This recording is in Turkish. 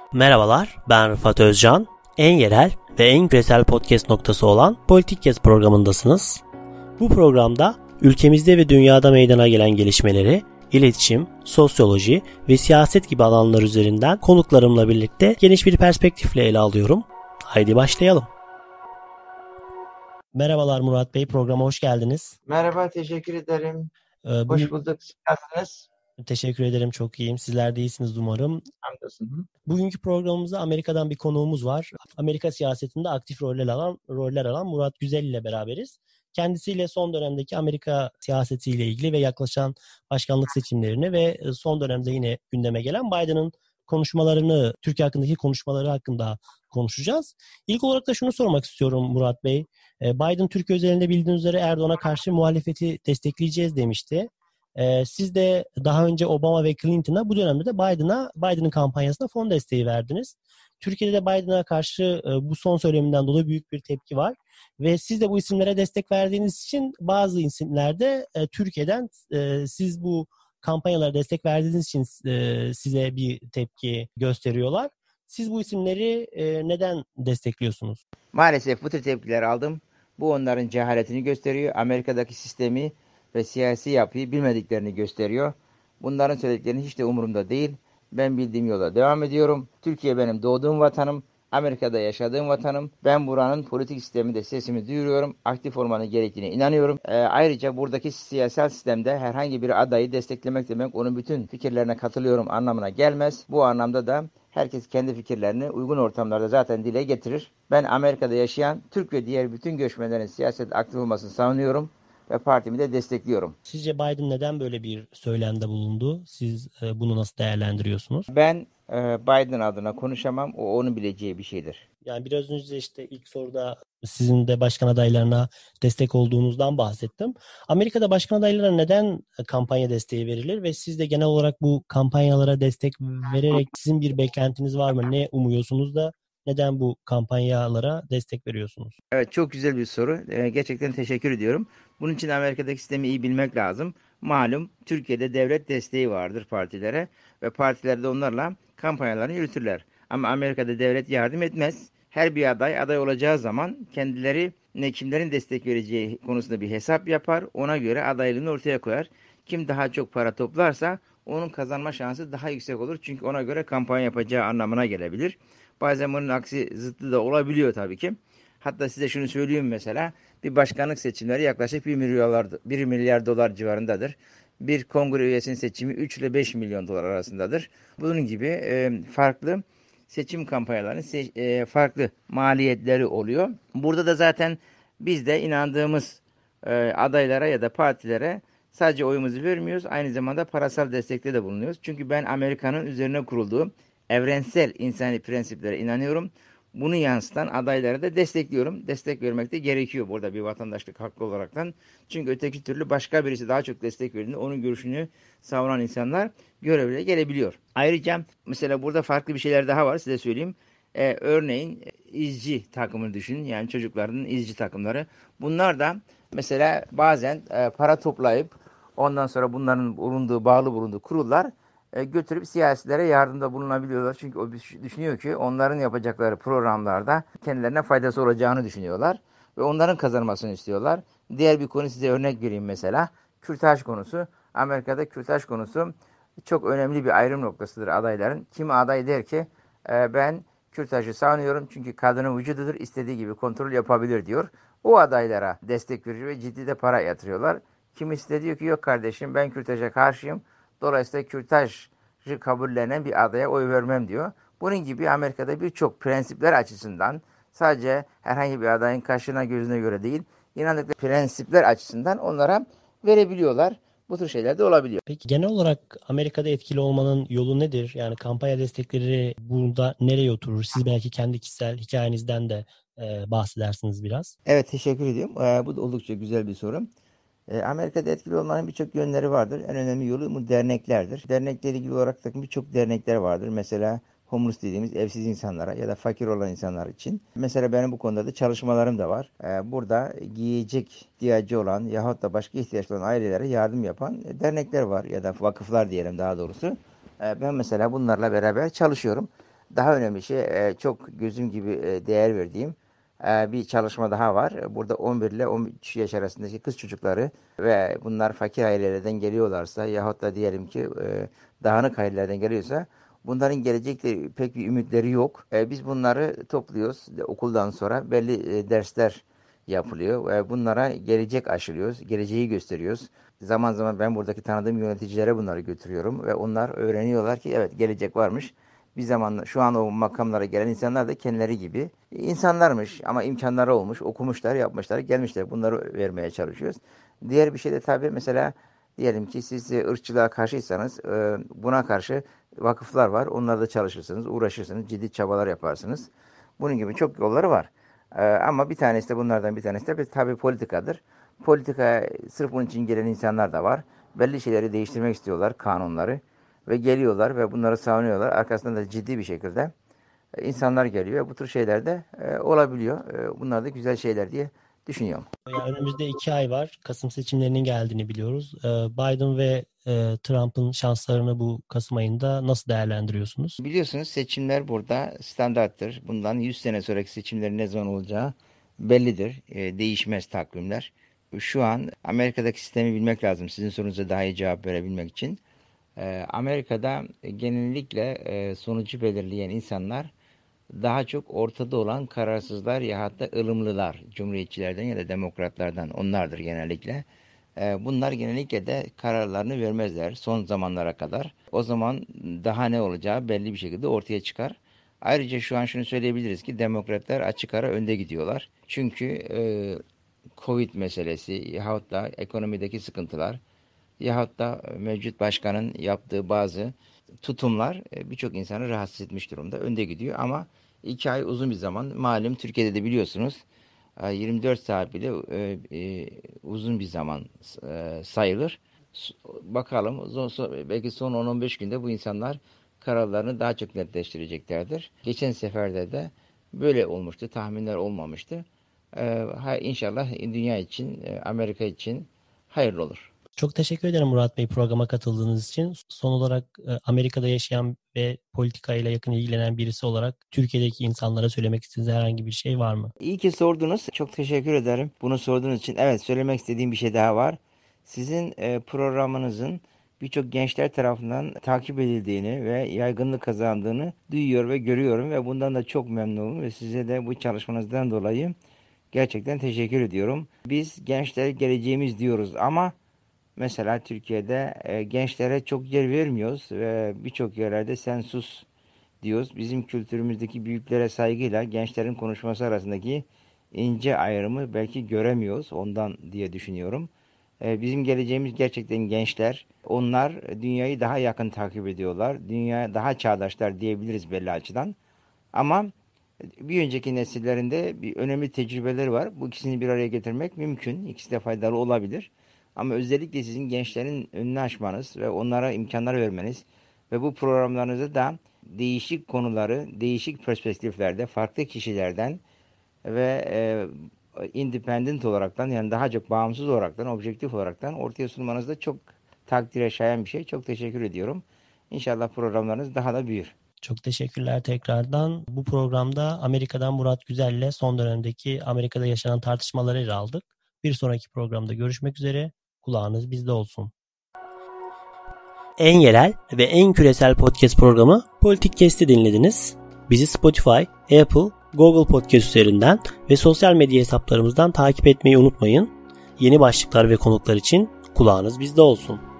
Merhabalar, ben Rıfat Özcan. En yerel ve en küresel podcast noktası olan Politikcast programındasınız. Bu programda ülkemizde ve dünyada meydana gelen gelişmeleri, iletişim, sosyoloji ve siyaset gibi alanlar üzerinden konuklarımla birlikte geniş bir perspektifle ele alıyorum. Haydi başlayalım. Merhabalar Murat Bey, programa hoş geldiniz. Merhaba, teşekkür ederim. Bugün Hoş bulduk. Nasılsınız? teşekkür ederim, çok iyiyim. Sizler de iyisiniz umarım. Hamdolsun. Bugünkü programımızda Amerika'dan bir konuğumuz var. Amerika siyasetinde aktif roller alan Murat Güzel ile beraberiz. Kendisiyle son dönemdeki Amerika siyasetiyle ilgili ve yaklaşan başkanlık seçimlerini ve son dönemde yine gündeme gelen Biden'ın konuşmalarını, Türkiye hakkındaki konuşmaları hakkında konuşacağız. İlk olarak da şunu sormak istiyorum Murat Bey. Biden Türkiye özelinde bildiğiniz üzere Erdoğan'a karşı muhalefeti destekleyeceğiz demişti. Siz de daha önce Obama ve Clinton'a, bu dönemde de Biden'ın kampanyasına fon desteği verdiniz. Türkiye'de de Biden'a karşı bu son söyleminden dolayı büyük bir tepki var. Ve siz de bu isimlere destek verdiğiniz için bazı isimler de Türkiye'den siz bu kampanyalara destek verdiğiniz için size bir tepki gösteriyorlar. Siz bu isimleri neden destekliyorsunuz? Maalesef bu tür tepkiler aldım. Bu onların cehaletini gösteriyor. Amerika'daki sistemi ve siyasi yapıyı bilmediklerini gösteriyor. Bunların söylediklerinin hiç de umurumda değil. Ben bildiğim yola devam ediyorum. Türkiye benim doğduğum vatanım. Amerika'da yaşadığım vatanım. Ben buranın politik sisteminde sesimi duyuruyorum. Aktif olmanın gerektiğine inanıyorum. Ayrıca buradaki siyasal sistemde herhangi bir adayı desteklemek demek onun bütün fikirlerine katılıyorum anlamına gelmez. Bu anlamda da herkes kendi fikirlerini uygun ortamlarda zaten dile getirir. Ben Amerika'da yaşayan Türk ve diğer bütün göçmenlerin siyasette aktif olmasını savunuyorum ve partimi de destekliyorum. Sizce Biden neden böyle bir söylemde bulundu? Siz bunu nasıl değerlendiriyorsunuz? Ben Biden adına konuşamam. O onun bileceği bir şeydir. Yani biraz önce işte ilk soruda sizin de başkan adaylarına destek olduğunuzdan bahsettim. Amerika'da başkan adaylarına neden kampanya desteği verilir ve siz de genel olarak bu kampanyalara destek vererek sizin bir beklentiniz var mı? Ne umuyorsunuz da neden bu kampanyalara destek veriyorsunuz? Evet, çok güzel bir soru. Gerçekten teşekkür ediyorum. Bunun için Amerika'daki sistemi iyi bilmek lazım. Malum Türkiye'de devlet desteği vardır partilere ve partiler de onlarla kampanyalarını yürütürler. Ama Amerika'da devlet yardım etmez. Her bir aday olacağı zaman kendileri kimlerin destek vereceği konusunda bir hesap yapar. Ona göre adaylığını ortaya koyar. Kim daha çok para toplarsa onun kazanma şansı daha yüksek olur. Çünkü ona göre kampanya yapacağı anlamına gelebilir. Bazen bunun aksi zıttı da olabiliyor tabii ki. Hatta size şunu söyleyeyim mesela. Bir başkanlık seçimleri yaklaşık 1 milyar dolar civarındadır. Bir kongre üyesinin seçimi 3 ile 5 milyon dolar arasındadır. Bunun gibi farklı seçim kampanyalarının farklı maliyetleri oluyor. Burada da zaten biz de inandığımız adaylara ya da partilere sadece oyumuzu vermiyoruz. Aynı zamanda parasal destekte de bulunuyoruz. Çünkü ben Amerika'nın üzerine kurulduğu evrensel insani prensiplere inanıyorum. Bunu yansıtan adaylara da destekliyorum. Destek vermek de gerekiyor burada bir vatandaşlık hakkı olaraktan. Çünkü öteki türlü başka birisi daha çok destek verdiğinde onun görüşünü savunan insanlar görevle gelebiliyor. Ayrıca mesela burada farklı bir şeyler daha var size söyleyeyim. Örneğin izci takımını düşünün. Yani çocukların izci takımları. Bunlar da mesela bazen para toplayıp ondan sonra bunların bağlı bulunduğu kurullar götürüp siyasilere yardımda bulunabiliyorlar. Çünkü o düşünüyor ki onların yapacakları programlarda kendilerine faydası olacağını düşünüyorlar. Ve onların kazanmasını istiyorlar. Diğer bir konu size örnek vereyim mesela. Kürtaj konusu. Amerika'da kürtaj konusu çok önemli bir ayrım noktasıdır adayların. Kimi aday der ki ben kürtajı savunuyorum çünkü kadının vücududur istediği gibi kontrol yapabilir diyor. O adaylara destek veriyor ve ciddi de para yatırıyorlar. Kimisi de diyor ki yok kardeşim ben kürtaja karşıyım. Dolayısıyla kürtajı kabullenen bir adaya oy vermem diyor. Bunun gibi Amerika'da birçok prensipler açısından sadece herhangi bir adayın kaşına gözüne göre değil, inandıkları prensipler açısından onlara verebiliyorlar. Bu tür şeyler de olabiliyor. Peki genel olarak Amerika'da etkili olmanın yolu nedir? Yani kampanya destekleri burada nereye oturur? Siz belki kendi kişisel hikayenizden de bahsedersiniz biraz. Evet, teşekkür ediyorum. Bu da oldukça güzel bir soru. Amerika'da etkili olmanın birçok yönleri vardır. En önemli yolu bu derneklerdir. Derneklerle ilgili olarak da birçok dernekler vardır. Mesela homeless dediğimiz evsiz insanlara ya da fakir olan insanlar için. Mesela benim bu konuda da çalışmalarım da var. Burada giyecek ihtiyacı olan yahut da başka ihtiyaçlı olan ailelere yardım yapan dernekler var ya da vakıflar diyelim daha doğrusu. Ben mesela bunlarla beraber çalışıyorum. Daha önemli şey çok gözüm gibi değer verdiğim bir çalışma daha var. Burada 11 ile 13 yaş arasındaki kız çocukları ve bunlar fakir ailelerden geliyorlarsa yahut da diyelim ki dağınık ailelerden geliyorsa bunların gelecekte pek bir ümitleri yok. Biz bunları topluyoruz. Okuldan sonra belli dersler yapılıyor. Bunlara gelecek aşılıyoruz. Geleceği gösteriyoruz. Zaman zaman ben buradaki tanıdığım yöneticilere bunları götürüyorum ve onlar öğreniyorlar ki evet gelecek varmış. Bir zaman şu an o makamlara gelen insanlar da kendileri gibi insanlarmış ama imkanları olmuş, okumuşlar, yapmışlar, gelmişler. Bunları vermeye çalışıyoruz. Diğer bir şey de tabii mesela diyelim ki siz ırkçılığa karşıysanız buna karşı vakıflar var. Onlarda çalışırsınız, uğraşırsınız, ciddi çabalar yaparsınız. Bunun gibi çok yolları var. Ama bir tanesi de bunlardan bir tanesi de tabii politikadır. Politika sırf bunun için gelen insanlar da var. Belli şeyleri değiştirmek istiyorlar, kanunları. Ve geliyorlar ve bunları savunuyorlar. Arkasında da ciddi bir şekilde insanlar geliyor. Bu tür şeyler de olabiliyor. Bunlar da güzel şeyler diye düşünüyorum. Yani önümüzde 2 ay var. Kasım seçimlerinin geldiğini biliyoruz. Biden ve Trump'ın şanslarını bu Kasım ayında nasıl değerlendiriyorsunuz? Biliyorsunuz seçimler burada standarttır. Bundan 100 sene sonraki seçimlerin ne zaman olacağı bellidir. Değişmez takvimler. Şu an Amerika'daki sistemi bilmek lazım. Sizin sorunuza daha iyi cevap verebilmek için. Amerika'da genellikle sonucu belirleyen insanlar daha çok ortada olan kararsızlar ya hatta ılımlılar. Cumhuriyetçilerden ya da demokratlardan onlardır genellikle. Bunlar genellikle de kararlarını vermezler son zamanlara kadar. O zaman daha ne olacağı belli bir şekilde ortaya çıkar. Ayrıca şu an şunu söyleyebiliriz ki demokratlar açık ara önde gidiyorlar. Çünkü Covid meselesi yahut da ekonomideki sıkıntılar yahut da mevcut başkanın yaptığı bazı tutumlar birçok insanı rahatsız etmiş durumda. Önde gidiyor ama 2 ay uzun bir zaman. Malum Türkiye'de de biliyorsunuz 24 saat bile uzun bir zaman sayılır. Bakalım belki son 10-15 günde bu insanlar kararlarını daha çok netleştireceklerdir. Geçen seferde de böyle olmuştu. Tahminler olmamıştı. İnşallah dünya için, Amerika için hayırlı olur. Çok teşekkür ederim Murat Bey programa katıldığınız için. Son olarak Amerika'da yaşayan ve politikayla yakın ilgilenen birisi olarak Türkiye'deki insanlara söylemek istediğiniz herhangi bir şey var mı? İyi ki sordunuz. Çok teşekkür ederim. Bunu sorduğunuz için. Evet, söylemek istediğim bir şey daha var. Sizin programınızın birçok gençler tarafından takip edildiğini ve yaygınlık kazandığını duyuyor ve görüyorum ve bundan da çok memnunum ve size de bu çalışmanızdan dolayı gerçekten teşekkür ediyorum. Biz gençler geleceğimiz diyoruz ama mesela Türkiye'de gençlere çok yer vermiyoruz ve birçok yerlerde sen sus diyoruz. Bizim kültürümüzdeki büyüklere saygıyla gençlerin konuşması arasındaki ince ayrımı belki göremiyoruz ondan diye düşünüyorum. Bizim geleceğimiz gerçekten gençler. Onlar dünyayı daha yakın takip ediyorlar. Dünya daha çağdaşlar diyebiliriz belli açıdan. Ama bir önceki nesillerinde bir önemli tecrübeleri var. Bu ikisini bir araya getirmek mümkün. İkisi de faydalı olabilir. Ama özellikle sizin gençlerin önünü açmanız ve onlara imkanlar vermeniz ve bu programlarınızı da değişik konuları, değişik perspektiflerde, farklı kişilerden ve independent olaraktan yani daha çok bağımsız olaraktan, objektif olaraktan ortaya sunmanız da çok takdire şayan bir şey. Çok teşekkür ediyorum. İnşallah programlarınız daha da büyür. Çok teşekkürler tekrardan. Bu programda Amerika'dan Murat Güzel ile son dönemdeki Amerika'da yaşanan tartışmaları ele aldık. Bir sonraki programda görüşmek üzere. Kulağınız bizde olsun. En yerel ve en küresel podcast programı Politikcast'i dinlediniz. Bizi Spotify, Apple, Google Podcast üzerinden ve sosyal medya hesaplarımızdan takip etmeyi unutmayın. Yeni başlıklar ve konuklar için kulağınız bizde olsun.